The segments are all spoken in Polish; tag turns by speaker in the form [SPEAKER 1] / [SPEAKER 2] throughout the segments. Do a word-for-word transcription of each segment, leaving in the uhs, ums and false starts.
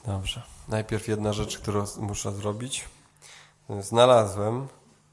[SPEAKER 1] Dobrze. Najpierw jedna rzecz, którą muszę zrobić. Znalazłem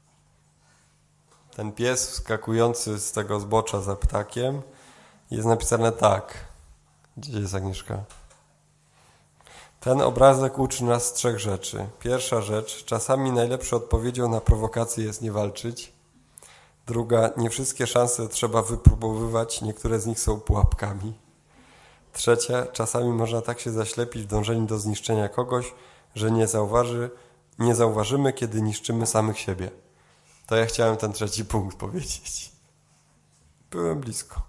[SPEAKER 1] ten pies wskakujący z tego zbocza za ptakiem. Jest napisane tak. Gdzie jest Agnieszka? Ten obrazek uczy nas trzech rzeczy. Pierwsza rzecz. Czasami najlepszą odpowiedzią na prowokację jest nie walczyć. Druga. Nie wszystkie szanse trzeba wypróbowywać. Niektóre z nich są pułapkami. Trzecia. Czasami można tak się zaślepić w dążeniu do zniszczenia kogoś, że nie zauważy, nie zauważymy, kiedy niszczymy samych siebie. To ja chciałem ten trzeci punkt powiedzieć. Byłem blisko.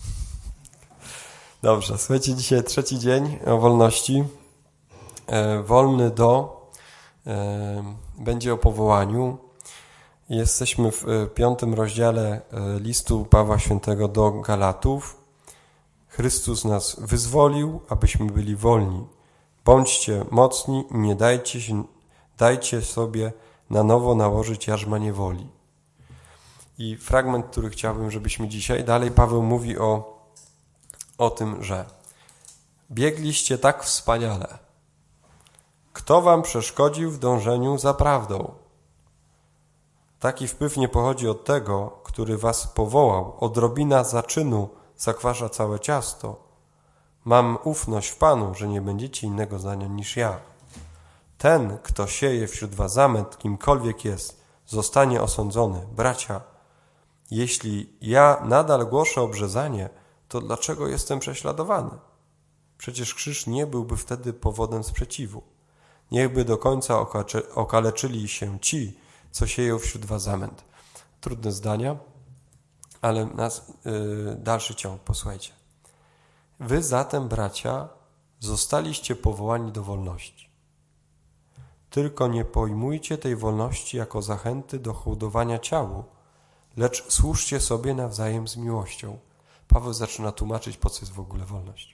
[SPEAKER 1] Dobrze, słuchajcie, dzisiaj trzeci dzień o wolności. E, wolny do e, będzie o powołaniu. Jesteśmy w e, piątym rozdziale e, listu Pawła Świętego do Galatów. Chrystus nas wyzwolił, abyśmy byli wolni. Bądźcie mocni i nie dajcie, się, dajcie sobie na nowo nałożyć jarzma niewoli. I fragment, który chciałbym, żebyśmy dzisiaj, dalej Paweł mówi o, o tym, że biegliście tak wspaniale. Kto wam przeszkodził w dążeniu za prawdą? Taki wpływ nie pochodzi od tego, który was powołał. Odrobina zaczynu zakwasza całe ciasto. Mam ufność w Panu, że nie będziecie innego zdania niż ja. Ten, kto sieje wśród was zamęt, kimkolwiek jest, zostanie osądzony. Bracia, jeśli ja nadal głoszę obrzezanie, to dlaczego jestem prześladowany? Przecież krzyż nie byłby wtedy powodem sprzeciwu. Niechby do końca okaleczyli się ci, co sieją wśród was zamęt. Trudne zdania, ale nas, yy, dalszy ciąg, posłuchajcie. Wy zatem, bracia, zostaliście powołani do wolności. Tylko nie pojmujcie tej wolności jako zachęty do hołdowania ciału, lecz służcie sobie nawzajem z miłością. Paweł zaczyna tłumaczyć, po co jest w ogóle wolność.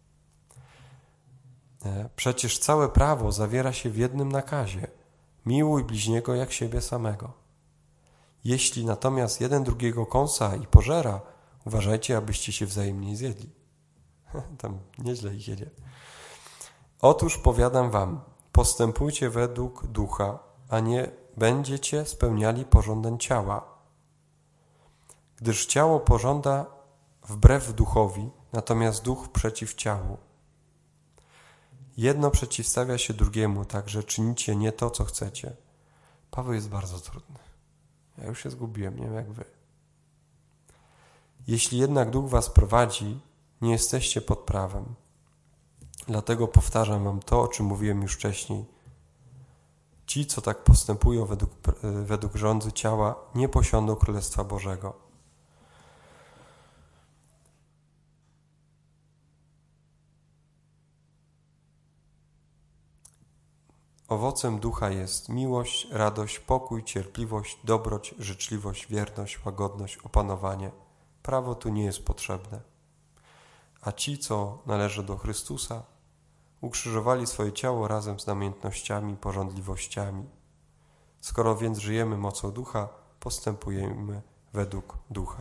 [SPEAKER 1] Przecież całe prawo zawiera się w jednym nakazie. Miłuj bliźniego jak siebie samego. Jeśli natomiast jeden drugiego kąsa i pożera, uważajcie, abyście się wzajemnie zjedli. Tam nieźle ich jedzie. Otóż powiadam wam, postępujcie według ducha, a nie będziecie spełniali pożądań ciała. Gdyż ciało pożąda wbrew duchowi, natomiast duch przeciw ciału. Jedno przeciwstawia się drugiemu, także czynicie nie to, co chcecie. Paweł jest bardzo trudny. Ja już się zgubiłem, nie wiem jak wy. Jeśli jednak duch was prowadzi, nie jesteście pod prawem. Dlatego powtarzam wam to, o czym mówiłem już wcześniej. Ci, co tak postępują według, według rządzy ciała, nie posiądą Królestwa Bożego. Owocem ducha jest miłość, radość, pokój, cierpliwość, dobroć, życzliwość, wierność, łagodność, opanowanie. Prawo tu nie jest potrzebne. A ci, co należą do Chrystusa, ukrzyżowali swoje ciało razem z namiętnościami, pożądliwościami. Skoro więc żyjemy mocą ducha, postępujemy według ducha.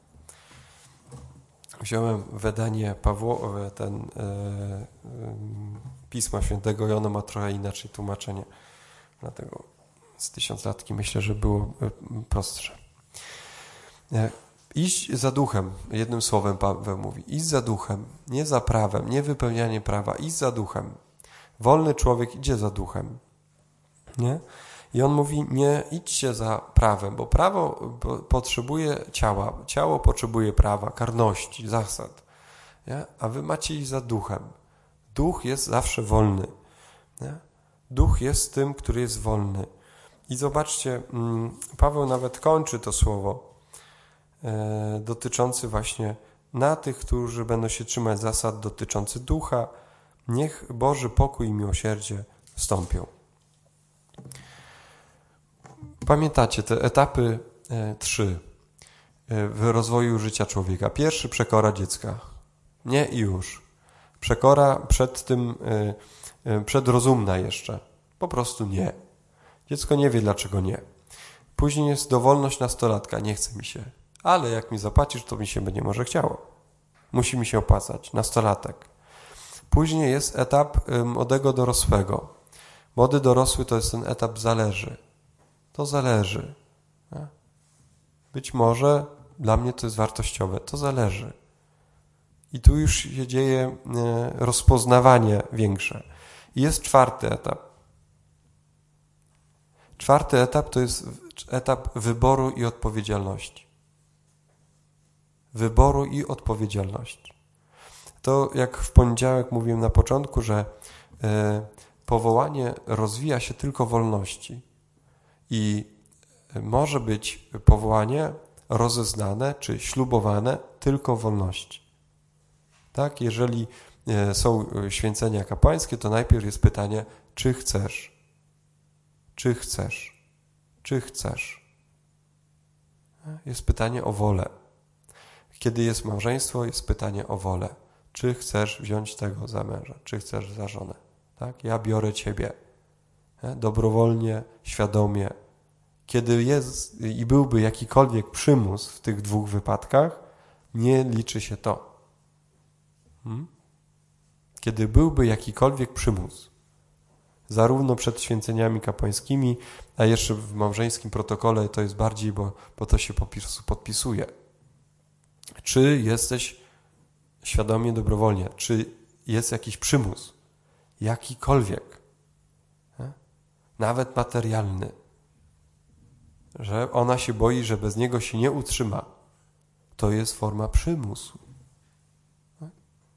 [SPEAKER 1] Wziąłem wydanie Pawłowe, ten e, e, Pisma Świętego i ono ma trochę inaczej tłumaczenie. Dlatego z tysiąclatki myślę, że było prostsze. E, iść za duchem, jednym słowem Paweł mówi, iść za duchem, nie za prawem, nie wypełnianie prawa, iść za duchem. Wolny człowiek idzie za duchem. Nie? I on mówi, nie idźcie za prawem, bo prawo potrzebuje ciała, ciało potrzebuje prawa, karności, zasad. Nie? A wy macie iść za duchem. Duch jest zawsze wolny. Nie? Duch jest tym, który jest wolny. I zobaczcie, Paweł nawet kończy to słowo e, dotyczący właśnie na tych, którzy będą się trzymać zasad dotyczących ducha. Niech Boży pokój i miłosierdzie wstąpią. Pamiętacie te etapy e, trzy e, w rozwoju życia człowieka. Pierwszy, przekora dziecka. Nie i już. Przekora przed tym, e, e, przedrozumna jeszcze. Po prostu nie. Dziecko nie wie, dlaczego nie. Później jest dowolność nastolatka. Nie chce mi się. Ale jak mi zapłacisz, to mi się będzie może chciało. Musi mi się opłacać. Nastolatek. Później jest etap młodego dorosłego. Młody dorosły to jest ten etap zależy. To zależy. Być może dla mnie to jest wartościowe. To zależy. I tu już się dzieje rozpoznawanie większe. I jest czwarty etap. Czwarty etap to jest etap wyboru i odpowiedzialności. Wyboru i odpowiedzialności. To jak w poniedziałek mówiłem na początku, że powołanie rozwija się tylko w wolności i może być powołanie rozeznane czy ślubowane tylko w wolności. Tak? Jeżeli są święcenia kapłańskie, to najpierw jest pytanie, czy chcesz? Czy chcesz? Czy chcesz? Jest pytanie o wolę. Kiedy jest małżeństwo, jest pytanie o wolę. Czy chcesz wziąć tego za męża? Czy chcesz za żonę? Tak? Ja biorę ciebie. Dobrowolnie, świadomie. Kiedy jest i byłby jakikolwiek przymus w tych dwóch wypadkach, nie liczy się to. Hmm? Kiedy byłby jakikolwiek przymus, zarówno przed święceniami kapłańskimi, a jeszcze w małżeńskim protokole to jest bardziej, bo, bo to się po prostu podpisuje. Czy jesteś świadomie, dobrowolnie, czy jest jakiś przymus, jakikolwiek, nie? Nawet materialny, że ona się boi, że bez niego się nie utrzyma, to jest forma przymusu. Nie?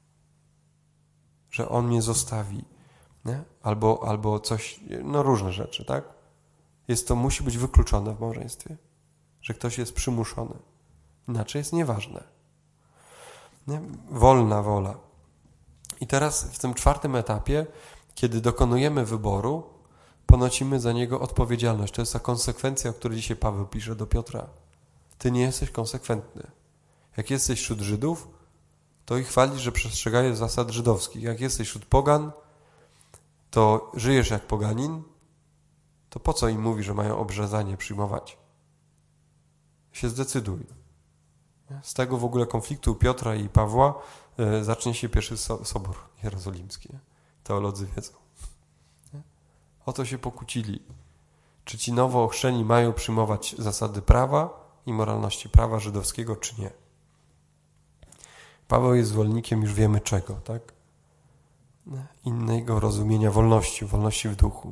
[SPEAKER 1] Że on mnie zostawi, nie? Albo, albo coś, no różne rzeczy, tak? Jest to, musi być wykluczone w małżeństwie, że ktoś jest przymuszony. Inaczej jest nieważne. Nie? Wolna wola. I teraz w tym czwartym etapie, kiedy dokonujemy wyboru, ponosimy za niego odpowiedzialność. To jest ta konsekwencja, o której dzisiaj Paweł pisze do Piotra. Ty nie jesteś konsekwentny. Jak jesteś wśród Żydów, to ich chwalisz, że przestrzegają zasad żydowskich. Jak jesteś wśród pogan, to żyjesz jak poganin, to po co im mówi, że mają obrzezanie przyjmować? Się zdecyduj. Z tego w ogóle konfliktu Piotra i Pawła y, zacznie się pierwszy so, Sobór Jerozolimski. Teolodzy wiedzą. O to się pokłócili. Czy ci nowo ochrzczeni mają przyjmować zasady prawa i moralności prawa żydowskiego, czy nie? Paweł jest zwolennikiem już wiemy czego, tak? Innego rozumienia wolności, wolności w duchu.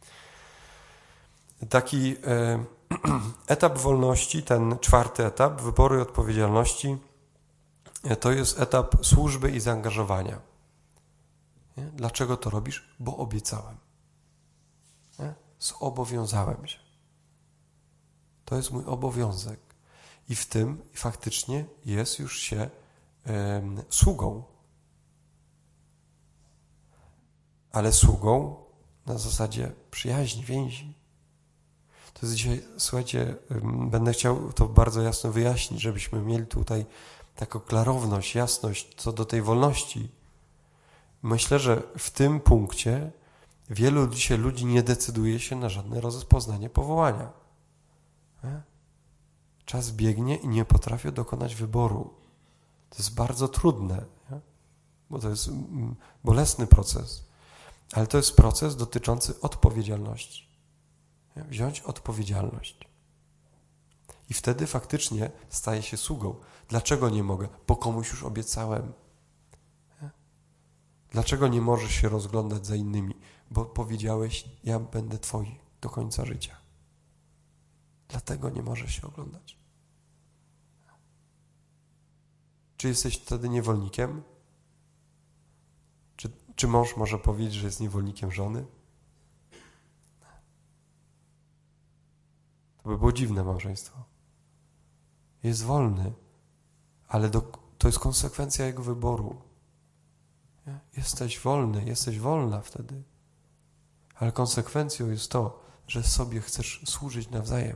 [SPEAKER 1] Taki e, etap wolności, ten czwarty etap, wyboru i odpowiedzialności, e, to jest etap służby i zaangażowania. Nie? Dlaczego to robisz? Bo obiecałem. Nie? Zobowiązałem się. To jest mój obowiązek. I w tym faktycznie jest już się e, sługą. Ale sługą na zasadzie przyjaźni, więzi. To jest dzisiaj, słuchajcie, będę chciał to bardzo jasno wyjaśnić, żebyśmy mieli tutaj taką klarowność, jasność co do tej wolności. Myślę, że w tym punkcie wielu dzisiaj ludzi nie decyduje się na żadne rozpoznanie powołania. Czas biegnie i nie potrafią dokonać wyboru. To jest bardzo trudne, nie? Bo to jest bolesny proces. Ale to jest proces dotyczący odpowiedzialności. Wziąć odpowiedzialność. I wtedy faktycznie staje się sługą. Dlaczego nie mogę? Bo komuś już obiecałem. Dlaczego nie możesz się rozglądać za innymi? Bo powiedziałeś, ja będę Twój do końca życia. Dlatego nie możesz się oglądać. Czy jesteś wtedy niewolnikiem? Czy, czy mąż może powiedzieć, że jest niewolnikiem żony? To by było dziwne małżeństwo. Jest wolny, ale do, to jest konsekwencja jego wyboru. Nie? Jesteś wolny, jesteś wolna wtedy. Ale konsekwencją jest to, że sobie chcesz służyć nawzajem.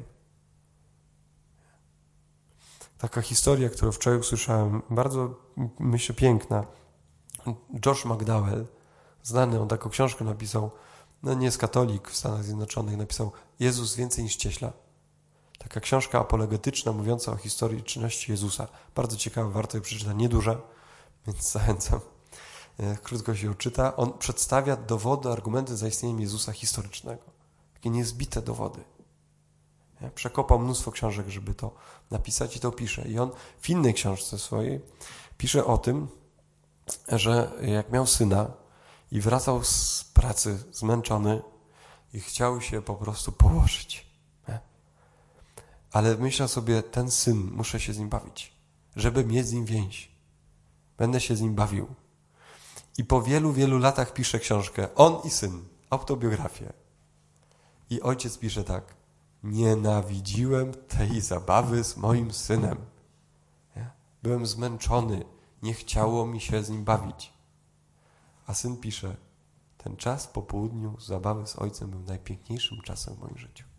[SPEAKER 1] Taka historia, którą wczoraj usłyszałem, bardzo, myślę, piękna. Josh McDowell, znany, on taką książkę napisał, no nie jest katolik w Stanach Zjednoczonych, napisał Jezus więcej niż cieśla. Taka książka apologetyczna, mówiąca o historii czynności Jezusa. Bardzo ciekawa, warto jej przeczytać, nieduża, więc zachęcam. krótko się czyta, on przedstawia dowody, argumenty za istnieniem Jezusa historycznego. Takie niezbite dowody. Nie? Przekopał mnóstwo książek, żeby to napisać i to pisze. I on w innej książce swojej pisze o tym, że jak miał syna i wracał z pracy zmęczony i chciał się po prostu położyć. Nie? Ale myślał sobie, ten syn, muszę się z nim bawić, żeby mieć z nim więź. Będę się z nim bawił. I po wielu, wielu latach pisze książkę, on i syn, autobiografię. I ojciec pisze tak, nienawidziłem tej zabawy z moim synem. Nie? Byłem zmęczony, nie chciało mi się z nim bawić. A syn pisze, ten czas po południu zabawy z ojcem był najpiękniejszym czasem w moim życiu.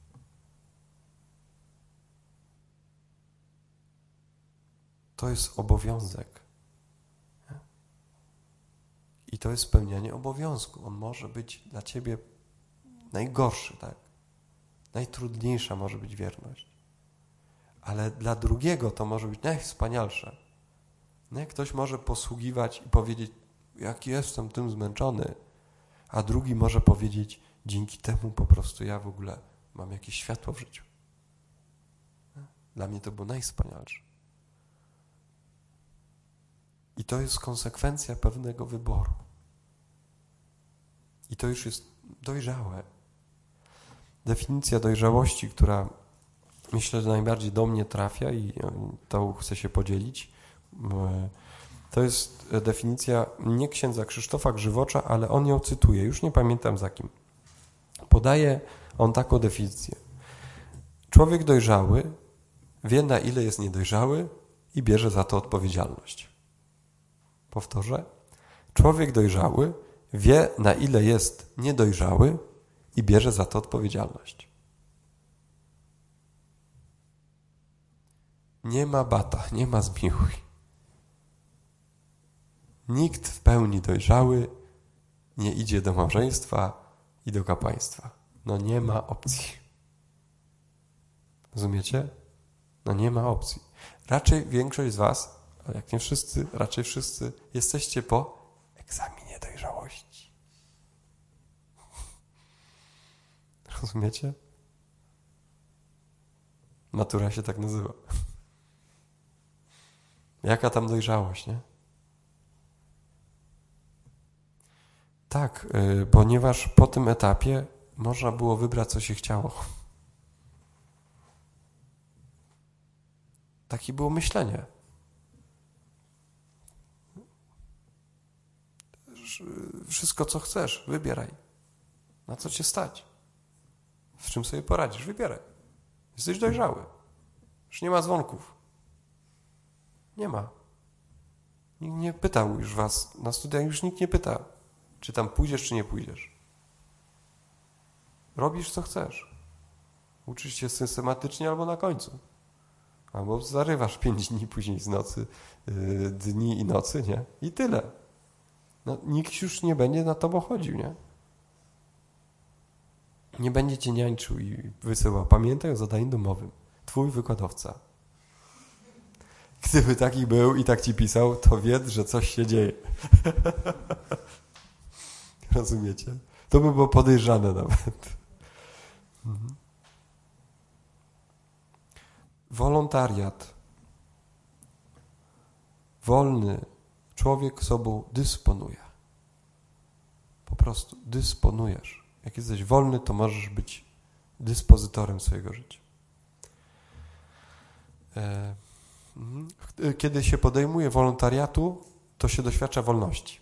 [SPEAKER 1] To jest obowiązek. Nie? I to jest spełnianie obowiązku. On może być dla ciebie najgorszy, tak? Najtrudniejsza może być wierność. Ale dla drugiego to może być najwspanialsze. Nie? Ktoś może posługiwać i powiedzieć, jak jestem tym zmęczony, a drugi może powiedzieć, dzięki temu po prostu ja w ogóle mam jakieś światło w życiu. Nie? Dla mnie to było najwspanialsze. I to jest konsekwencja pewnego wyboru. I to już jest dojrzałe. Definicja dojrzałości, która myślę, że najbardziej do mnie trafia i to chcę się podzielić, to jest definicja nie księdza Krzysztofa Grzywocza, ale on ją cytuje, już nie pamiętam za kim. Podaje on taką definicję. Człowiek dojrzały wie, na ile jest niedojrzały i bierze za to odpowiedzialność. Powtórzę. Człowiek dojrzały wie, na ile jest niedojrzały i bierze za to odpowiedzialność. Nie ma bata, nie ma zmiłuj. Nikt w pełni dojrzały nie idzie do małżeństwa i do kapłaństwa. No nie ma opcji. Rozumiecie? No nie ma opcji. Raczej większość z was, ale jak nie wszyscy, raczej wszyscy jesteście po egzaminie dojrzałości. Rozumiecie? Matura się tak nazywa. Jaka tam dojrzałość, nie? Tak, yy, ponieważ po tym etapie można było wybrać, co się chciało. Takie było myślenie. Wszystko, co chcesz, wybieraj. Na co cię stać? W czym sobie poradzisz? Wybieraj. Jesteś dojrzały. Już nie ma dzwonków. Nie ma. Nikt nie pytał już was. Na studiach już nikt nie pyta, czy tam pójdziesz, czy nie pójdziesz. Robisz, co chcesz. Uczysz się systematycznie albo na końcu. Albo zarywasz pięć dni później z nocy, yy, dni i nocy, nie? I tyle. No, nikt już nie będzie na tobą chodził, nie? Nie będzie cię niańczył i wysyłał. Pamiętaj o zadaniu domowym. Twój wykładowca. Gdyby taki był i tak ci pisał, to wiedz, że coś się dzieje. Rozumiecie? To by było podejrzane nawet. Mhm. Wolontariat. Wolny człowiek sobą dysponuje. Po prostu dysponujesz. Jak jesteś wolny, to możesz być dyspozytorem swojego życia. Kiedy się podejmuje wolontariatu, to się doświadcza wolności.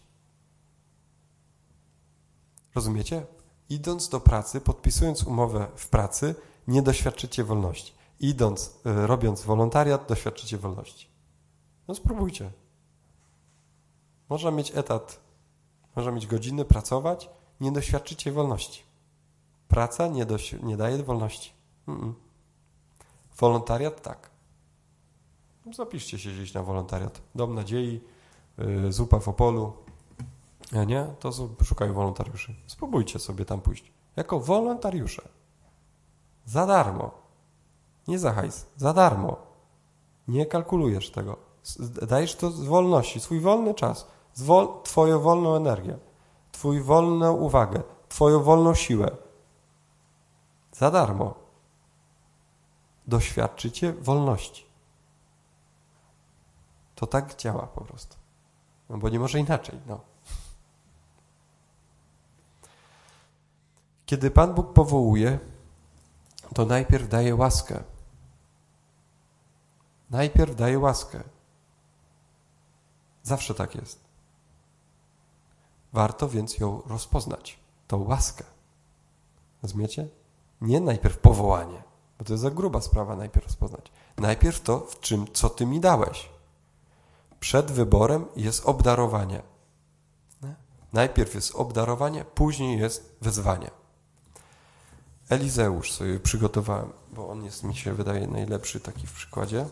[SPEAKER 1] Rozumiecie? Idąc do pracy, podpisując umowę w pracy, nie doświadczycie wolności. Idąc, robiąc wolontariat, doświadczycie wolności. No spróbujcie. Można mieć etat, można mieć godziny, pracować, nie doświadczycie wolności. Praca nie, doś- nie daje wolności. Mm-mm. Wolontariat tak. Zapiszcie się gdzieś na wolontariat. Dom Nadziei, yy, Zupa w Opolu. A nie? To szukają wolontariuszy. Spróbujcie sobie tam pójść. Jako wolontariusze. Za darmo. Nie za hajs. Za darmo. Nie kalkulujesz tego. Dajesz to z wolności. Swój wolny czas. Zwol- twoją wolną energię, twój wolną uwagę, twoją wolną siłę. Za darmo. Doświadczycie wolności. To tak działa po prostu. No bo nie może inaczej. No. Kiedy Pan Bóg powołuje, to najpierw daje łaskę. Najpierw daje łaskę. Zawsze tak jest. Warto więc ją rozpoznać, tą łaskę. Rozumiecie? Nie najpierw powołanie, bo to jest za gruba sprawa najpierw rozpoznać. Najpierw to, w czym, co Ty mi dałeś. Przed wyborem jest obdarowanie. Najpierw jest obdarowanie, później jest wezwanie. Elizeusz sobie przygotowałem, bo on jest, mi się wydaje, najlepszy taki w przykładzie.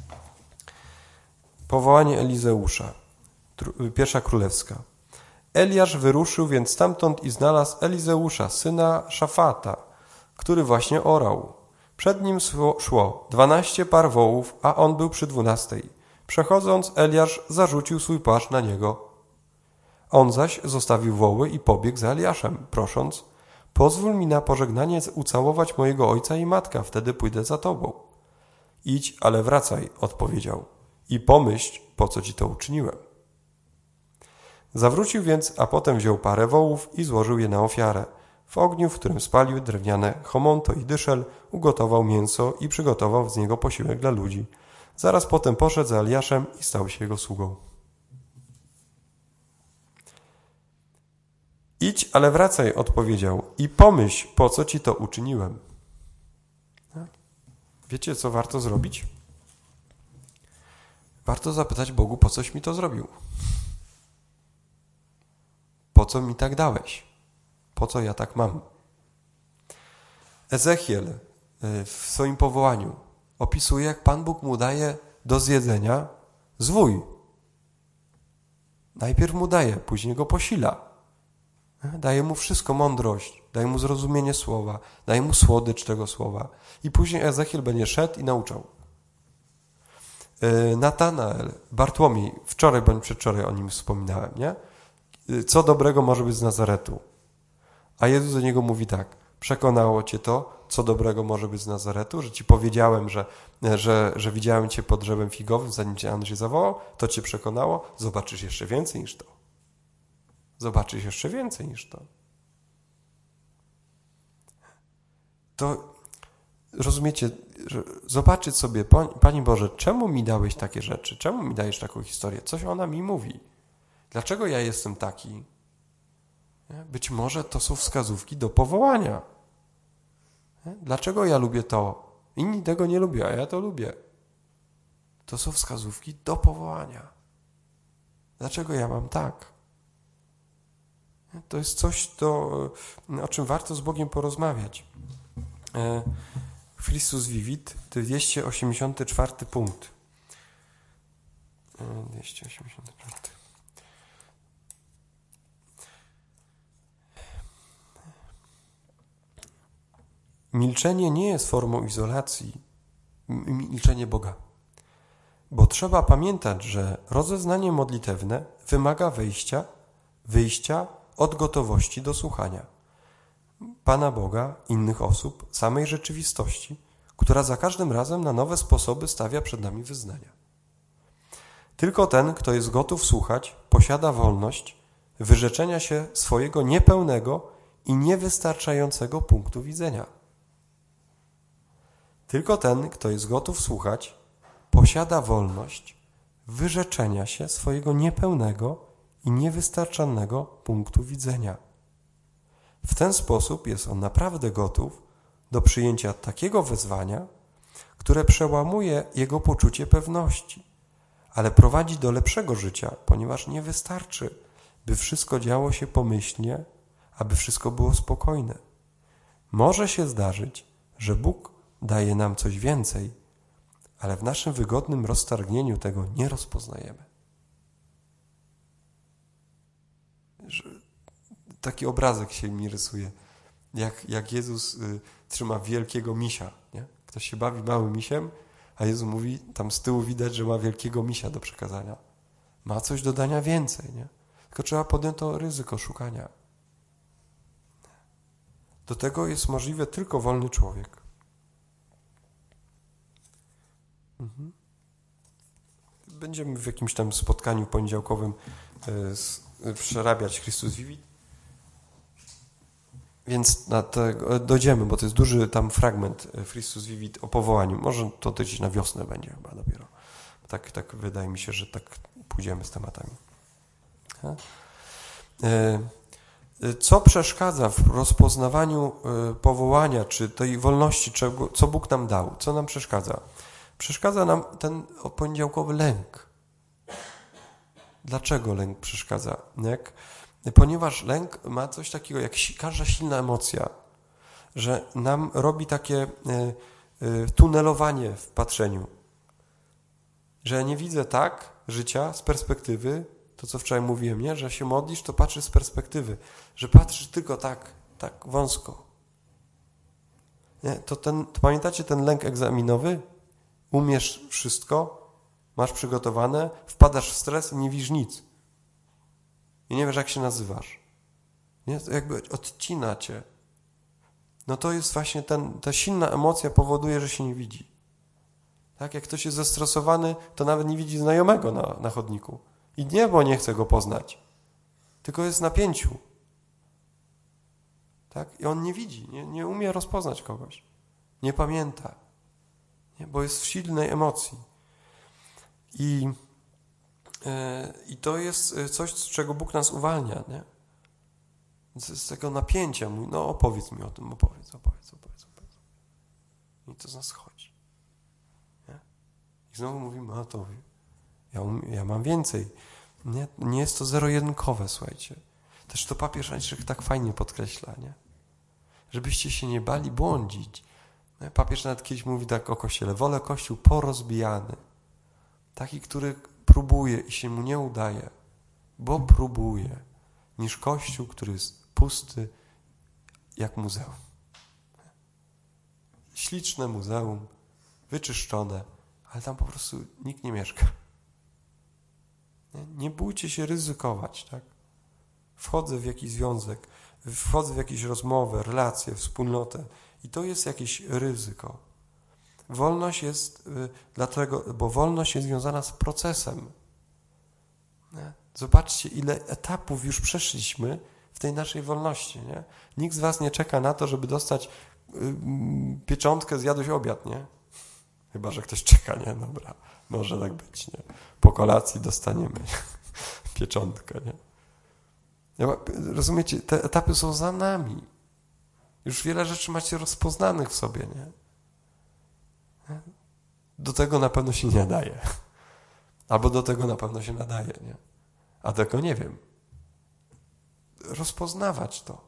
[SPEAKER 1] Powołanie Elizeusza. Pierwsza Królewska. Eliasz wyruszył więc stamtąd i znalazł Elizeusza, syna Szafata, który właśnie orał. Przed nim szło dwanaście par wołów, a on był przy dwunastej. Przechodząc, Eliasz zarzucił swój płaszcz na niego. On zaś zostawił woły i pobiegł za Eliaszem, prosząc: pozwól mi na pożegnanie ucałować mojego ojca i matka, wtedy pójdę za tobą. Idź, ale wracaj, odpowiedział, i pomyśl, po co ci to uczyniłem. Zawrócił więc, a potem wziął parę wołów i złożył je na ofiarę. W ogniu, w którym spalił drewniane chomonto i dyszel, ugotował mięso i przygotował z niego posiłek dla ludzi. Zaraz potem poszedł za Eliaszem i stał się jego sługą. Idź, ale wracaj, odpowiedział, i pomyśl, po co ci to uczyniłem. Wiecie, co warto zrobić? Warto zapytać Bogu, po coś mi to zrobił. Po co mi tak dałeś? Po co ja tak mam? Ezechiel w swoim powołaniu opisuje, jak Pan Bóg mu daje do zjedzenia zwój. Najpierw mu daje, później go posila. Daje mu wszystko, mądrość, daje mu zrozumienie słowa, daje mu słodycz tego słowa. I później Ezechiel będzie szedł i nauczał. Natanael, Bartłomiej, wczoraj bądź przedwczoraj o nim wspominałem, nie? Co dobrego może być z Nazaretu? A Jezus do niego mówi tak: przekonało cię to, co dobrego może być z Nazaretu, że ci powiedziałem, że, że, że widziałem cię pod drzewem figowym, zanim cię Andrzej zawołał, to cię przekonało? Zobaczysz jeszcze więcej niż to. Zobaczysz jeszcze więcej niż to. To rozumiecie, że zobaczyć sobie, Panie Boże, czemu mi dałeś takie rzeczy? Czemu mi dajesz taką historię? Coś ona mi mówi. Dlaczego ja jestem taki? Być może to są wskazówki do powołania. Dlaczego ja lubię to? Inni tego nie lubią, a ja to lubię. To są wskazówki do powołania. Dlaczego ja mam tak? To jest coś, to, o czym warto z Bogiem porozmawiać. Christus Vivit, dwieście osiemdziesiąty czwarty punkt. dwieście osiemdziesiąty czwarty. Milczenie nie jest formą izolacji, milczenie Boga. Bo trzeba pamiętać, że rozeznanie modlitewne wymaga wejścia, wyjścia od gotowości do słuchania Pana Boga, innych osób, samej rzeczywistości, która za każdym razem na nowe sposoby stawia przed nami wyznania. Tylko ten, kto jest gotów słuchać, posiada wolność wyrzeczenia się swojego niepełnego i niewystarczającego punktu widzenia. Tylko ten, kto jest gotów słuchać, posiada wolność wyrzeczenia się swojego niepełnego i niewystarczalnego punktu widzenia. W ten sposób jest on naprawdę gotów do przyjęcia takiego wezwania, które przełamuje jego poczucie pewności, ale prowadzi do lepszego życia, ponieważ nie wystarczy, by wszystko działo się pomyślnie, aby wszystko było spokojne. Może się zdarzyć, że Bóg daje nam coś więcej, ale w naszym wygodnym roztargnieniu tego nie rozpoznajemy. Taki obrazek się mi rysuje, jak, jak Jezus y, trzyma wielkiego misia. Nie? Ktoś się bawi małym misiem, a Jezus mówi, tam z tyłu widać, że ma wielkiego misia do przekazania. ma coś do dania więcej, nie? Tylko trzeba podjąć to ryzyko szukania. Do tego jest możliwe tylko wolny człowiek. Mhm. Będziemy w jakimś tam spotkaniu poniedziałkowym y, przerabiać Christus Vivit. Więc na tego dojdziemy, bo to jest duży tam fragment Christus Vivit o powołaniu. Może to gdzieś na wiosnę będzie chyba dopiero. Tak, tak wydaje mi się, że tak pójdziemy z tematami. Co przeszkadza w rozpoznawaniu powołania, czy tej wolności, co Bóg nam dał? Co nam przeszkadza? Przeszkadza nam ten poniedziałkowy lęk. Dlaczego lęk przeszkadza? Jak? Ponieważ lęk ma coś takiego, jak każda silna emocja, że nam robi takie tunelowanie w patrzeniu. Że ja nie widzę tak życia z perspektywy, to co wczoraj mówiłem, nie? Że się modlisz, to patrzysz z perspektywy, że patrzysz tylko tak, tak wąsko. Nie? To, ten, to pamiętacie ten lęk egzaminowy? Umiesz wszystko, masz przygotowane, wpadasz w stres i nie widzisz nic. I nie wiesz, jak się nazywasz. Nie? To jakby odcina cię. No to jest właśnie ten, ta silna emocja powoduje, że się nie widzi. Tak, jak ktoś jest zestresowany, to nawet nie widzi znajomego na, na chodniku. I nie, bo nie chce go poznać. Tylko jest w napięciu. Tak? I on nie widzi, nie, nie umie rozpoznać kogoś. Nie pamięta. Nie? Bo jest w silnej emocji. I, yy, i to jest coś, z czego Bóg nas uwalnia. Nie? Z tego napięcia. Mówi, no opowiedz mi o tym, opowiedz, opowiedz, opowiedz, opowiedz. I to z nas chodzi. Nie? I znowu mówimy, a to ja, um, ja mam więcej. Nie, nie jest to zero-jedynkowe, słuchajcie. Też to papież Franciszek tak fajnie podkreśla, nie? Żebyście się nie bali błądzić. Papież nawet kiedyś mówi tak o Kościele. Wolę Kościół porozbijany. Taki, który próbuje i się mu nie udaje, bo próbuje, niż Kościół, który jest pusty jak muzeum. Śliczne muzeum, wyczyszczone, ale tam po prostu nikt nie mieszka. Nie, nie bójcie się ryzykować, tak? Wchodzę w jakiś związek, wchodzę w jakieś rozmowę, relacje, wspólnotę i to jest jakieś ryzyko. Wolność jest y, dlatego, bo wolność jest związana z procesem. Nie? Zobaczcie, ile etapów już przeszliśmy w tej naszej wolności. Nie? Nikt z was nie czeka na to, żeby dostać y, pieczątkę, zjadłeś obiad, nie? Chyba że ktoś czeka, nie? Dobra, może tak być, nie? Po kolacji dostaniemy pieczątkę, nie? Rozumiecie, te etapy są za nami. Już wiele rzeczy macie rozpoznanych w sobie, nie? Do tego na pewno się nie nadaje. Albo do tego na pewno się nadaje, nie? A tego nie wiem. Rozpoznawać to.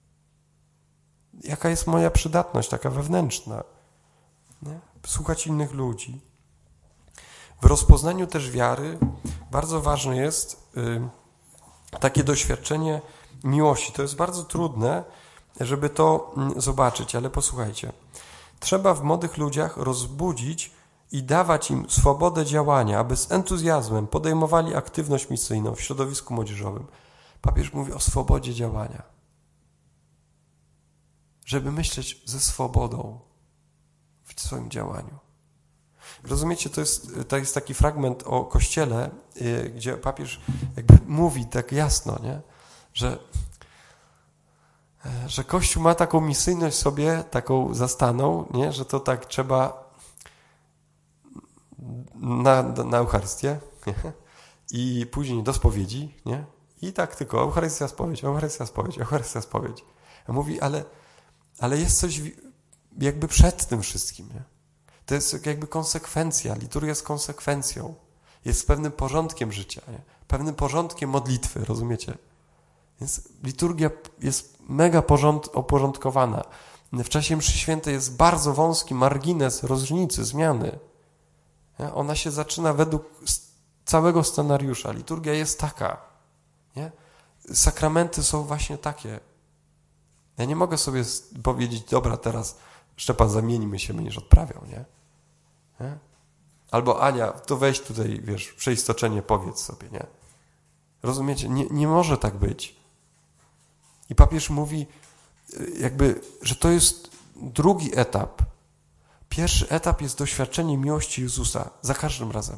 [SPEAKER 1] Jaka jest moja przydatność, taka wewnętrzna. Nie? Słuchać innych ludzi. W rozpoznaniu też wiary bardzo ważne jest y, takie doświadczenie miłości. To jest bardzo trudne, żeby to y, zobaczyć, ale posłuchajcie. Trzeba w młodych ludziach rozbudzić i dawać im swobodę działania, aby z entuzjazmem podejmowali aktywność misyjną w środowisku młodzieżowym. Papież mówi o swobodzie działania. Żeby myśleć ze swobodą w swoim działaniu. Rozumiecie, to jest, to jest taki fragment o Kościele, yy, gdzie papież jakby mówi tak jasno, nie? Że, yy, że Kościół ma taką misyjność sobie, taką zastaną, nie? Że to tak trzeba na, na Eucharystię nie? I później do spowiedzi, nie? I tak tylko Eucharystia, spowiedź, Eucharystia, spowiedź, Eucharystia, spowiedź. A mówi, ale, ale jest coś jakby przed tym wszystkim, nie? To jest jakby konsekwencja. Liturgia jest konsekwencją. Jest pewnym porządkiem życia, nie? Pewnym porządkiem modlitwy, rozumiecie? Więc liturgia jest mega porząd, oporządkowana. W czasie mszy świętej jest bardzo wąski margines różnicy, zmiany. Nie? Ona się zaczyna według całego scenariusza. Liturgia jest taka. Nie? Sakramenty są właśnie takie. Ja nie mogę sobie powiedzieć, dobra, teraz Szczepan, zamienimy się, będziesz odprawiał, nie? nie? Albo Ania, to weź tutaj, wiesz, przeistoczenie powiedz sobie, nie? Rozumiecie? Nie, nie może tak być. I papież mówi, jakby, że to jest drugi etap. Pierwszy etap jest doświadczenie miłości Jezusa. Za każdym razem.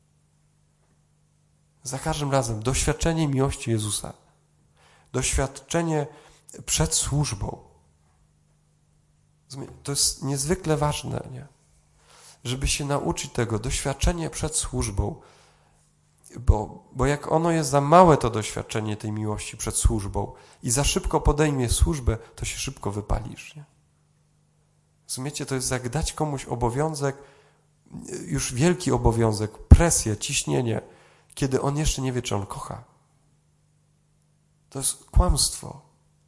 [SPEAKER 1] Za każdym razem. Doświadczenie miłości Jezusa. Doświadczenie przed służbą. To jest niezwykle ważne, nie? Żeby się nauczyć tego. Doświadczenie przed służbą. Bo, bo jak ono jest za małe, to doświadczenie tej miłości przed służbą i za szybko podejmie służbę, to się szybko wypalisz, nie? Rozumiecie, to jest jak dać komuś obowiązek, już wielki obowiązek, presję, ciśnienie, kiedy on jeszcze nie wie, czy on kocha. To jest kłamstwo.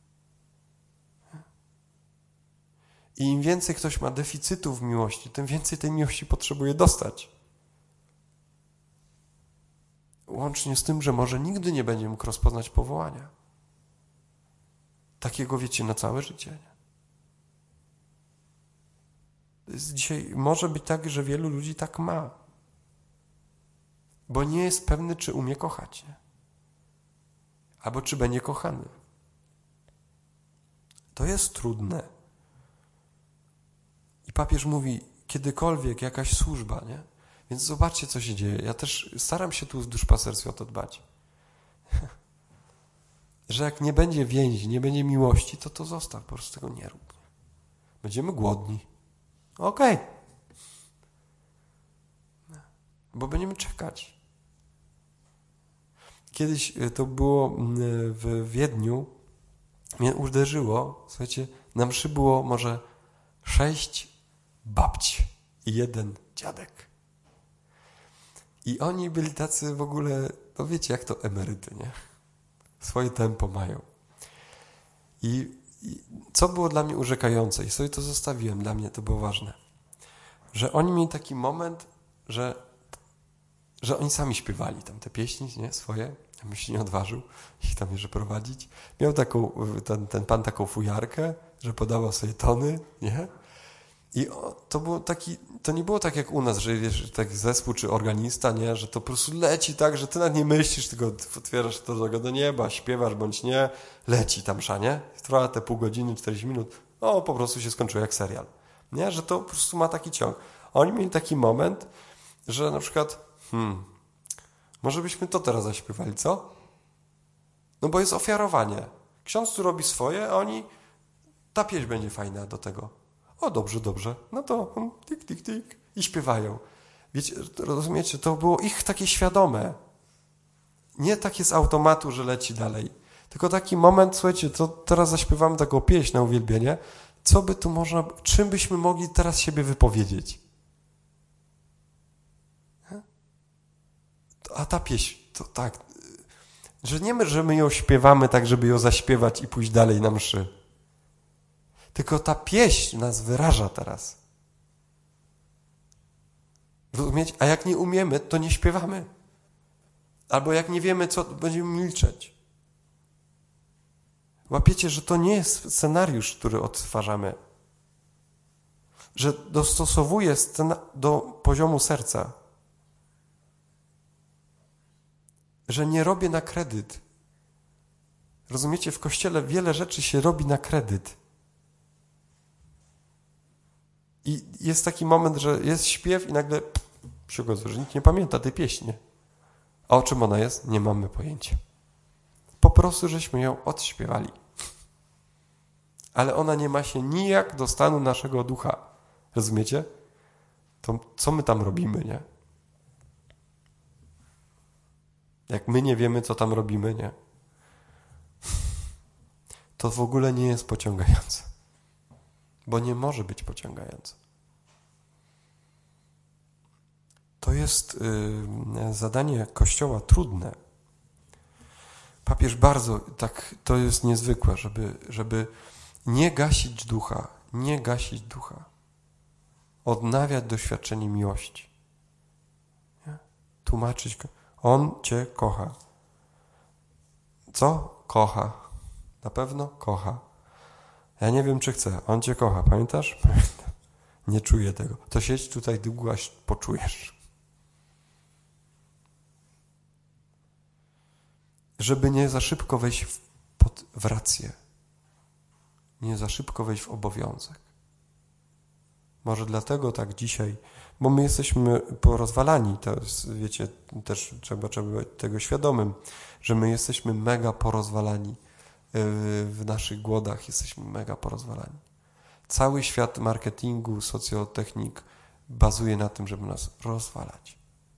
[SPEAKER 1] I im więcej ktoś ma deficytu w miłości, tym więcej tej miłości potrzebuje dostać. Łącznie z tym, że może nigdy nie będzie mógł rozpoznać powołania. Takiego, wiecie, na całe życie. Nie? Dzisiaj może być tak, że wielu ludzi tak ma. Bo nie jest pewny, czy umie kochać. Nie? Albo czy będzie kochany. To jest trudne. I papież mówi, kiedykolwiek jakaś służba, nie? Więc zobaczcie, co się dzieje. Ja też staram się tu w duszpasterstwie o to dbać. Że jak nie będzie więzi, nie będzie miłości, to to zostaw, po prostu tego nie rób. Będziemy głodni. Okej. Okay. Bo będziemy czekać. Kiedyś to było w Wiedniu, mnie uderzyło, słuchajcie, na mszy było może sześć babci i jeden dziadek. I oni byli tacy w ogóle, no wiecie, jak to emeryty, nie? Swoje tempo mają. I, i co było dla mnie urzekające, i sobie to zostawiłem, dla mnie to było ważne, że oni mieli taki moment, że, że oni sami śpiewali tam te pieśni, nie? Swoje. Ja bym się nie odważył ich tam jeszcze prowadzić. Miał taką, ten, ten pan taką fujarkę, że podawał sobie tony, nie? I to było taki, to nie było tak jak u nas, że wiesz, taki zespół czy organista, nie, że to po prostu leci tak, że ty nawet nie myślisz, tylko otwierasz to do nieba, śpiewasz bądź nie, leci tam msza, nie? Trwa te pół godziny, czterdzieści minut, no po prostu się skończyło jak serial, nie? Że to po prostu ma taki ciąg. Oni mieli taki moment, że na przykład, hmm, może byśmy to teraz zaśpiewali, co? No bo jest ofiarowanie. Ksiądz tu robi swoje, a oni, ta pieśń będzie fajna do tego. O, dobrze, dobrze. No to tik, tik, tik. I śpiewają. Wiecie, rozumiecie, to było ich takie świadome. Nie takie z automatu, że leci dalej. Tylko taki moment, słuchajcie, to teraz zaśpiewamy taką pieśń na uwielbienie. Co by tu można, czym byśmy mogli teraz siebie wypowiedzieć? A ta pieśń, to tak, że nie my, że my ją śpiewamy tak, żeby ją zaśpiewać i pójść dalej na mszy. Tylko ta pieśń nas wyraża teraz. Rozumiecie? A jak nie umiemy, to nie śpiewamy. Albo jak nie wiemy, co, będziemy milczeć. Łapiecie, że to nie jest scenariusz, który odtwarzamy. Że dostosowuję scena do poziomu serca. Że nie robię na kredyt. Rozumiecie? W Kościele wiele rzeczy się robi na kredyt. I jest taki moment, że jest śpiew i nagle się okazuje, że nikt nie pamięta tej pieśni. A o czym ona jest? Nie mamy pojęcia. Po prostu żeśmy ją odśpiewali. Ale ona nie ma się nijak do stanu naszego ducha. Rozumiecie? To co my tam robimy, nie? Jak my nie wiemy, co tam robimy, nie? To w ogóle nie jest pociągające. Bo nie może być pociągające. To jest y, zadanie Kościoła trudne. Papież bardzo, tak, to jest niezwykłe, żeby, żeby nie gasić ducha, nie gasić ducha. Odnawiać doświadczenie miłości. Nie? Tłumaczyć, on cię kocha. Co? Kocha. Na pewno kocha. Ja nie wiem, czy chcę. On cię kocha. Pamiętasz? Nie czuję tego. To siedź tutaj długo, aż poczujesz. żeby nie za szybko wejść w, pod, w rację. Nie za szybko wejść w obowiązek. Może dlatego tak dzisiaj, bo my jesteśmy porozwalani, to jest, wiecie, też trzeba, trzeba być tego świadomym, że my jesteśmy mega porozwalani w naszych głodach, jesteśmy mega porozwalani. Cały świat marketingu, socjotechnik bazuje na tym, żeby nas rozwalać.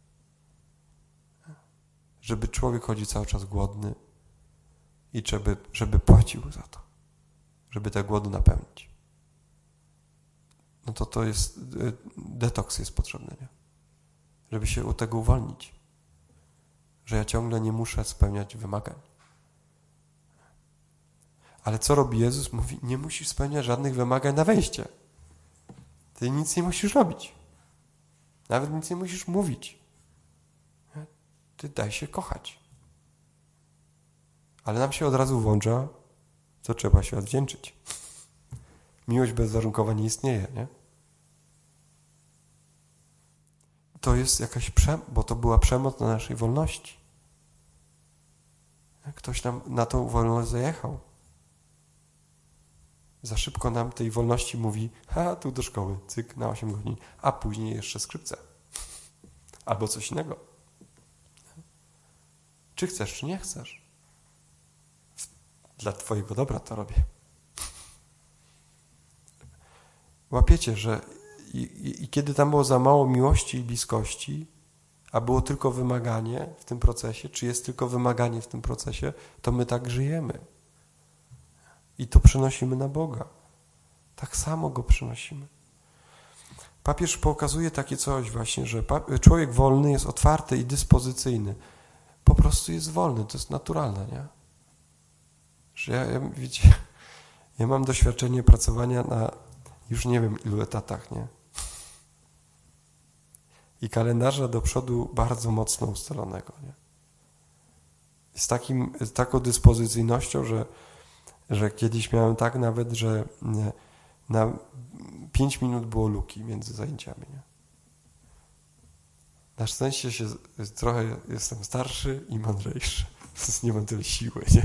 [SPEAKER 1] Żeby człowiek chodził cały czas głodny i żeby, żeby płacił za to, żeby te głody napełnić. No to to jest, detoks jest potrzebny, nie? Żeby się od tego uwolnić. Że ja ciągle nie muszę spełniać wymagań. Ale co robi Jezus? Mówi, nie musisz spełniać żadnych wymagań na wejście. Ty nic nie musisz robić. Nawet nic nie musisz mówić. Ty daj się kochać. Ale nam się od razu włącza, co trzeba się odwdzięczyć. Miłość bezwarunkowa nie istnieje, nie? To jest jakaś przemoc, bo to była przemoc na naszej wolności. Ktoś nam na tą wolność zajechał. Za szybko nam tej wolności mówi, ha, tu do szkoły, cyk, na osiem godzin, a później jeszcze skrzypce. Albo coś innego. Czy chcesz, czy nie chcesz? Dla twojego dobra to robię. Łapiecie, że i, i, i kiedy tam było za mało miłości i bliskości, a było tylko wymaganie w tym procesie, czy jest tylko wymaganie w tym procesie, to my tak żyjemy. I to przenosimy na Boga. Tak samo Go przynosimy. Papież pokazuje takie coś właśnie, że człowiek wolny jest otwarty i dyspozycyjny. Po prostu jest wolny, to jest naturalne, nie? Że ja, ja wiecie, ja mam doświadczenie pracowania na już nie wiem ilu etatach, nie? I kalendarza do przodu bardzo mocno ustalonego, nie? Z takim, z taką dyspozycyjnością, że, że kiedyś miałem tak nawet, że nie, na pięć minut było luki między zajęciami, nie? Na szczęście się trochę jestem starszy i mądrzejszy. Nie mam tyle siły, nie?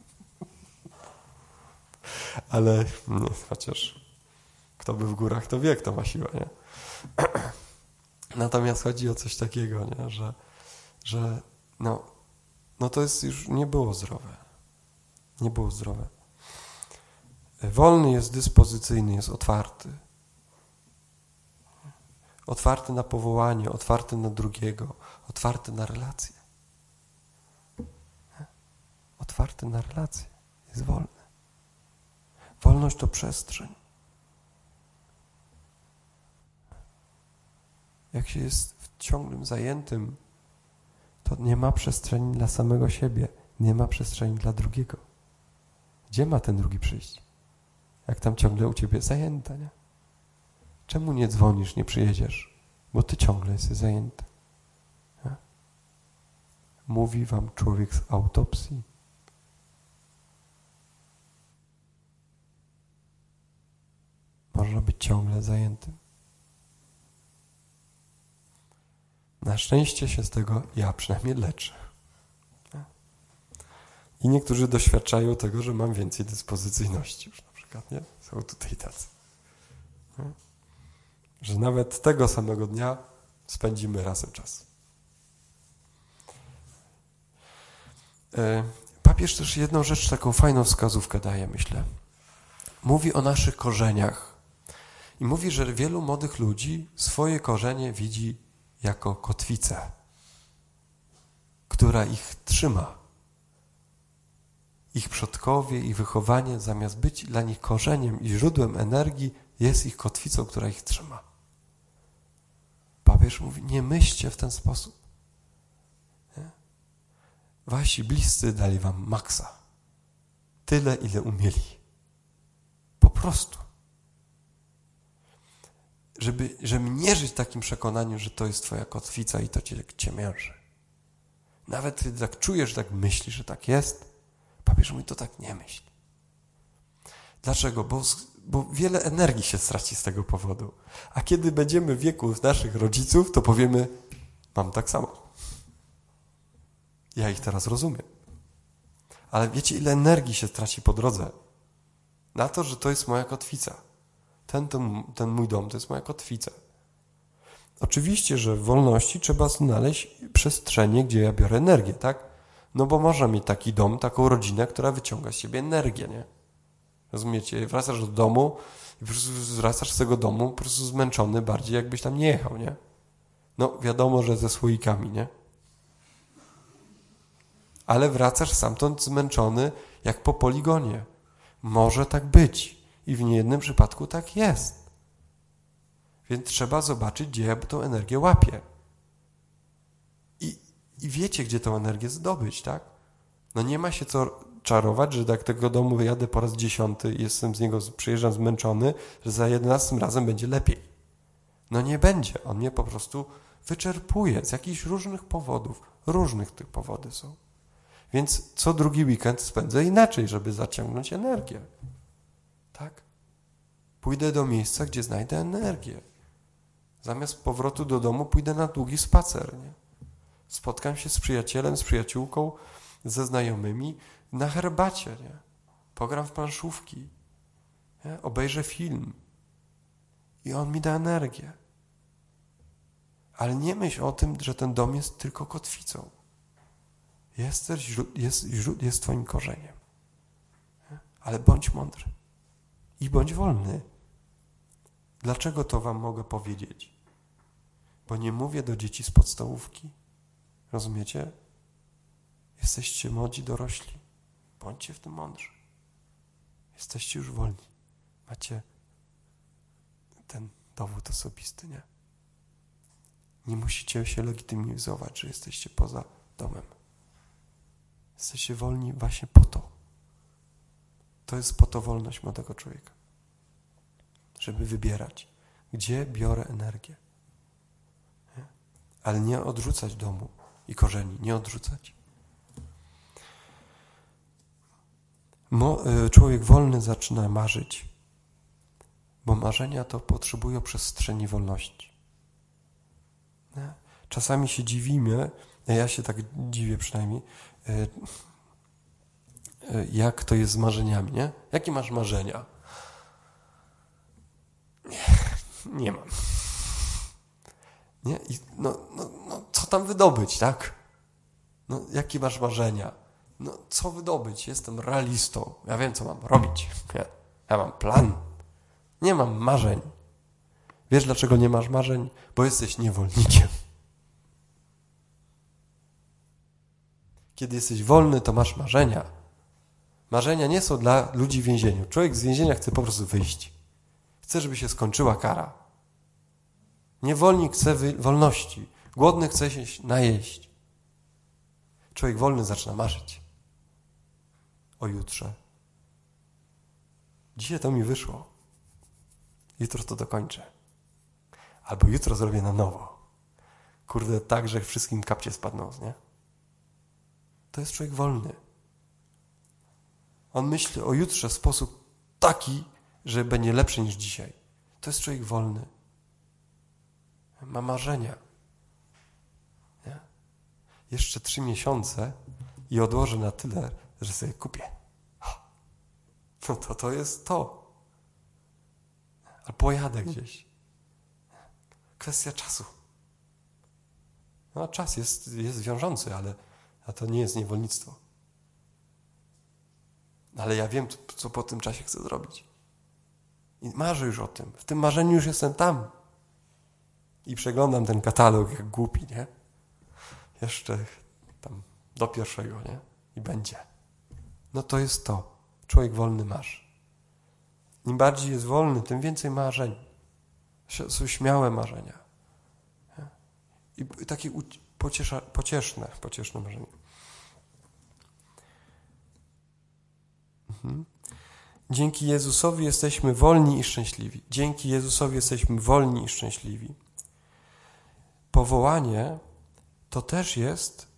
[SPEAKER 1] Ale nie, chociaż kto by w górach, to wie, kto ma siłę, nie? Natomiast chodzi o coś takiego, nie? Że, że no, no to jest już nie było zdrowe. Nie było zdrowe. Wolny jest dyspozycyjny, jest otwarty. Otwarty na powołanie, otwarty na drugiego, otwarty na relacje. Otwarty na relacje. Jest wolny. Wolność to przestrzeń. Jak się jest w ciągłym zajętym, to nie ma przestrzeni dla samego siebie, nie ma przestrzeni dla drugiego. Gdzie ma ten drugi przyjść? Jak tam ciągle u ciebie zajęta, nie? Czemu nie dzwonisz, nie przyjedziesz? Bo ty ciągle jesteś zajęty. Nie? Mówi wam człowiek z autopsji. Można być ciągle zajętym. Na szczęście się z tego ja przynajmniej leczę. Nie? I niektórzy doświadczają tego, że mam więcej dyspozycyjności już na przykład, nie? Są tutaj tacy. Nie? Że nawet tego samego dnia spędzimy razem czas. Papież też jedną rzecz, taką fajną wskazówkę daje, myślę. Mówi o naszych korzeniach. I mówi, że wielu młodych ludzi swoje korzenie widzi jako kotwicę, która ich trzyma. Ich przodkowie, ich wychowanie, zamiast być dla nich korzeniem i źródłem energii, jest ich kotwicą, która ich trzyma. Papież mówi, nie myślcie w ten sposób. Nie? Wasi bliscy dali wam maksa. Tyle, ile umieli. Po prostu. Żeby, żeby nie żyć w takim przekonaniu, że to jest twoja kotwica i to cię ciemięży. Nawet kiedy tak czujesz, tak myślisz, że tak jest, papież mówi, to tak nie myśl. Dlaczego? Bo, bo wiele energii się straci z tego powodu. A kiedy będziemy w wieku naszych rodziców, to powiemy, mam tak samo. Ja ich teraz rozumiem. Ale wiecie, ile energii się traci po drodze? Na to, że to jest moja kotwica. Ten, ten, ten mój dom to jest moja kotwica. Oczywiście, że w wolności trzeba znaleźć przestrzenie, gdzie ja biorę energię, tak? No bo można mieć taki dom, taką rodzinę, która wyciąga z siebie energię, nie? Rozumiecie? Wracasz do domu i po prostu wracasz z tego domu po prostu zmęczony bardziej, jakbyś tam nie jechał, nie? No wiadomo, że ze słoikami, nie? Ale wracasz stamtąd zmęczony jak po poligonie. Może tak być. I w niejednym przypadku tak jest. Więc trzeba zobaczyć, gdzie ja tą energię łapię. I, I wiecie, gdzie tą energię zdobyć, tak? No nie ma się co czarować, że jak tego domu wyjadę po raz dziesiąty i jestem z niego, przyjeżdżam zmęczony, że za jedenastym razem będzie lepiej. No nie będzie. On mnie po prostu wyczerpuje z jakichś różnych powodów. Różnych tych powody są. Więc co drugi weekend spędzę inaczej, żeby zaciągnąć energię. Tak? Pójdę do miejsca, gdzie znajdę energię. Zamiast powrotu do domu pójdę na długi spacer. Nie? Spotkam się z przyjacielem, z przyjaciółką, ze znajomymi na herbacie. Nie? Pogram w planszówki. Nie? Obejrzę film. I on mi da energię. Ale nie myśl o tym, że ten dom jest tylko kotwicą. Jest, też, jest, jest twoim korzeniem. Nie? Ale bądź mądry. I bądź wolny. Dlaczego to wam mogę powiedzieć? Bo nie mówię do dzieci z podstawówki. Rozumiecie? Jesteście młodzi dorośli. Bądźcie w tym mądrzy. Jesteście już wolni. Macie ten dowód osobisty, nie? Nie musicie się legitymizować, że jesteście poza domem. Jesteście wolni właśnie po to. To jest po to wolność młodego człowieka. Żeby wybierać, gdzie biorę energię. Nie? Ale nie odrzucać domu i korzeni. Nie odrzucać. Mo, człowiek wolny zaczyna marzyć, bo marzenia to potrzebują przestrzeni wolności. Nie? Czasami się dziwimy, ja się tak dziwię przynajmniej, jak to jest z marzeniami, nie? Jakie masz marzenia? Nie, nie mam. Nie? I no, no, no, co tam wydobyć, tak? No, jakie masz marzenia? No, co wydobyć? Jestem realistą. Ja wiem, co mam robić. Ja, ja mam plan. Nie mam marzeń. Wiesz, dlaczego nie masz marzeń? Bo jesteś niewolnikiem. Kiedy jesteś wolny, to masz marzenia. Marzenia nie są dla ludzi w więzieniu. Człowiek z więzienia chce po prostu wyjść. Chce, żeby się skończyła kara. Niewolnik chce wolności. Głodny chce się najeść. Człowiek wolny zaczyna marzyć o jutrze. Dzisiaj to mi wyszło. Jutro to dokończę. Albo jutro zrobię na nowo. Kurde, tak, że wszystkim kapcie spadną, nie? To jest człowiek wolny. On myśli o jutrze w sposób taki, że będzie lepszy niż dzisiaj. To jest człowiek wolny. Ma marzenia. Nie? Jeszcze trzy miesiące i odłożę na tyle, że sobie kupię. No to to jest to. Albo pojadę gdzieś. Kwestia czasu. No czas jest, jest wiążący, ale a to nie jest niewolnictwo. Ale ja wiem, co po tym czasie chcę zrobić. I marzę już o tym. W tym marzeniu już jestem tam. I przeglądam ten katalog jak głupi, nie? Jeszcze tam do pierwszego, nie? I będzie. No to jest to. Człowiek wolny marzy. Im bardziej jest wolny, tym więcej marzeń. Są śmiałe marzenia. Nie? I takie pociesza, pocieszne, pocieszne marzenia. Mhm. Dzięki Jezusowi jesteśmy wolni i szczęśliwi. Dzięki Jezusowi jesteśmy wolni i szczęśliwi. Powołanie to też jest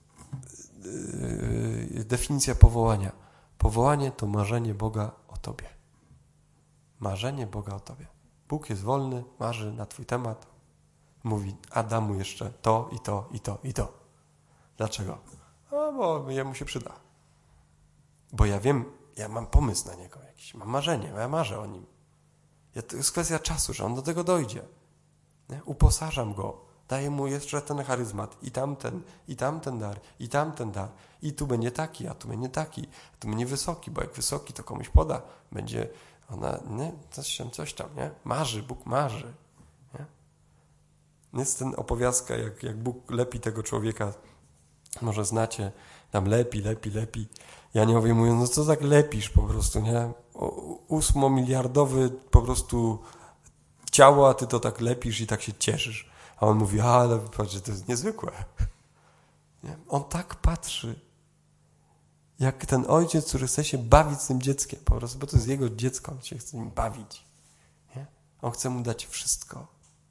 [SPEAKER 1] yy, definicja powołania. Powołanie to marzenie Boga o Tobie. Marzenie Boga o Tobie. Bóg jest wolny, marzy na Twój temat. Mówi Adamu jeszcze to i to i to i to. Dlaczego? No bo jemu się przyda. Bo ja wiem, ja mam pomysł na niego jakiś, mam marzenie, ja marzę o nim. Ja, to jest kwestia czasu, że on do tego dojdzie. Nie? Uposażam go, daję mu jeszcze ten charyzmat i tamten, i tamten dar, i tamten dar. I tu będzie taki, a tu będzie taki, a tu będzie wysoki, bo jak wysoki, to komuś poda. Będzie ona, nie? Coś tam, coś tam, nie? Marzy, Bóg marzy. Nie? Jest ten opowiastka, jak, jak Bóg lepi tego człowieka, może znacie, tam lepi, lepi, lepi. Janiowie mówią, no co tak lepisz po prostu, nie? Ósmomiliardowy po prostu ciało, a ty to tak lepisz i tak się cieszysz. A on mówi, ale patrz, to jest niezwykłe. Nie? On tak patrzy, jak ten ojciec, który chce się bawić z tym dzieckiem, po prostu, bo to jest jego dziecko, on się chce nim bawić. Nie? On chce mu dać wszystko.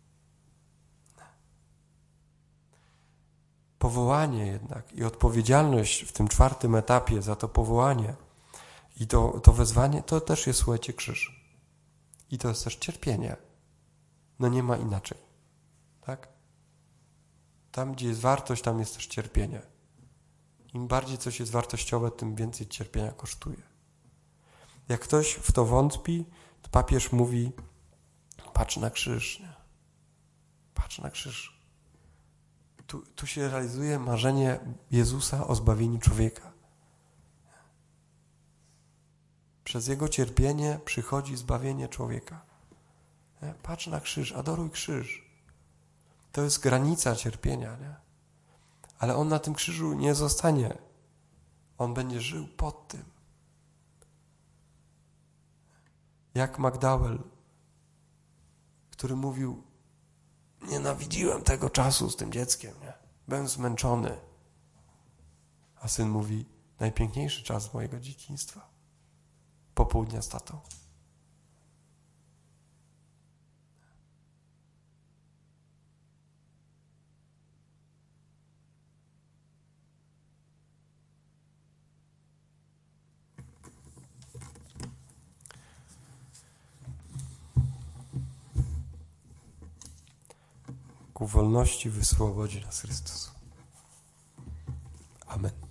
[SPEAKER 1] Powołanie jednak i odpowiedzialność w tym czwartym etapie za to powołanie i to, to wezwanie, to też jest, słuchajcie, krzyż. I to jest też cierpienie. No nie ma inaczej. Tak? Tam, gdzie jest wartość, tam jest też cierpienie. Im bardziej coś jest wartościowe, tym więcej cierpienia kosztuje. Jak ktoś w to wątpi, to papież mówi, patrz na krzyż. Nie? Patrz na krzyż. Tu, tu się realizuje marzenie Jezusa o zbawieniu człowieka. Przez Jego cierpienie przychodzi zbawienie człowieka. Nie? Patrz na krzyż, adoruj krzyż. To jest granica cierpienia, nie? Ale On na tym krzyżu nie zostanie. On będzie żył pod tym. Jak Magdałel, który mówił, nienawidziłem tego czasu z tym dzieckiem, nie? Byłem zmęczony. A syn mówi, najpiękniejszy czas mojego dzieciństwa. Popołudnia z tatą. Ku wolności wyswobodzi nas Chrystus. Amen.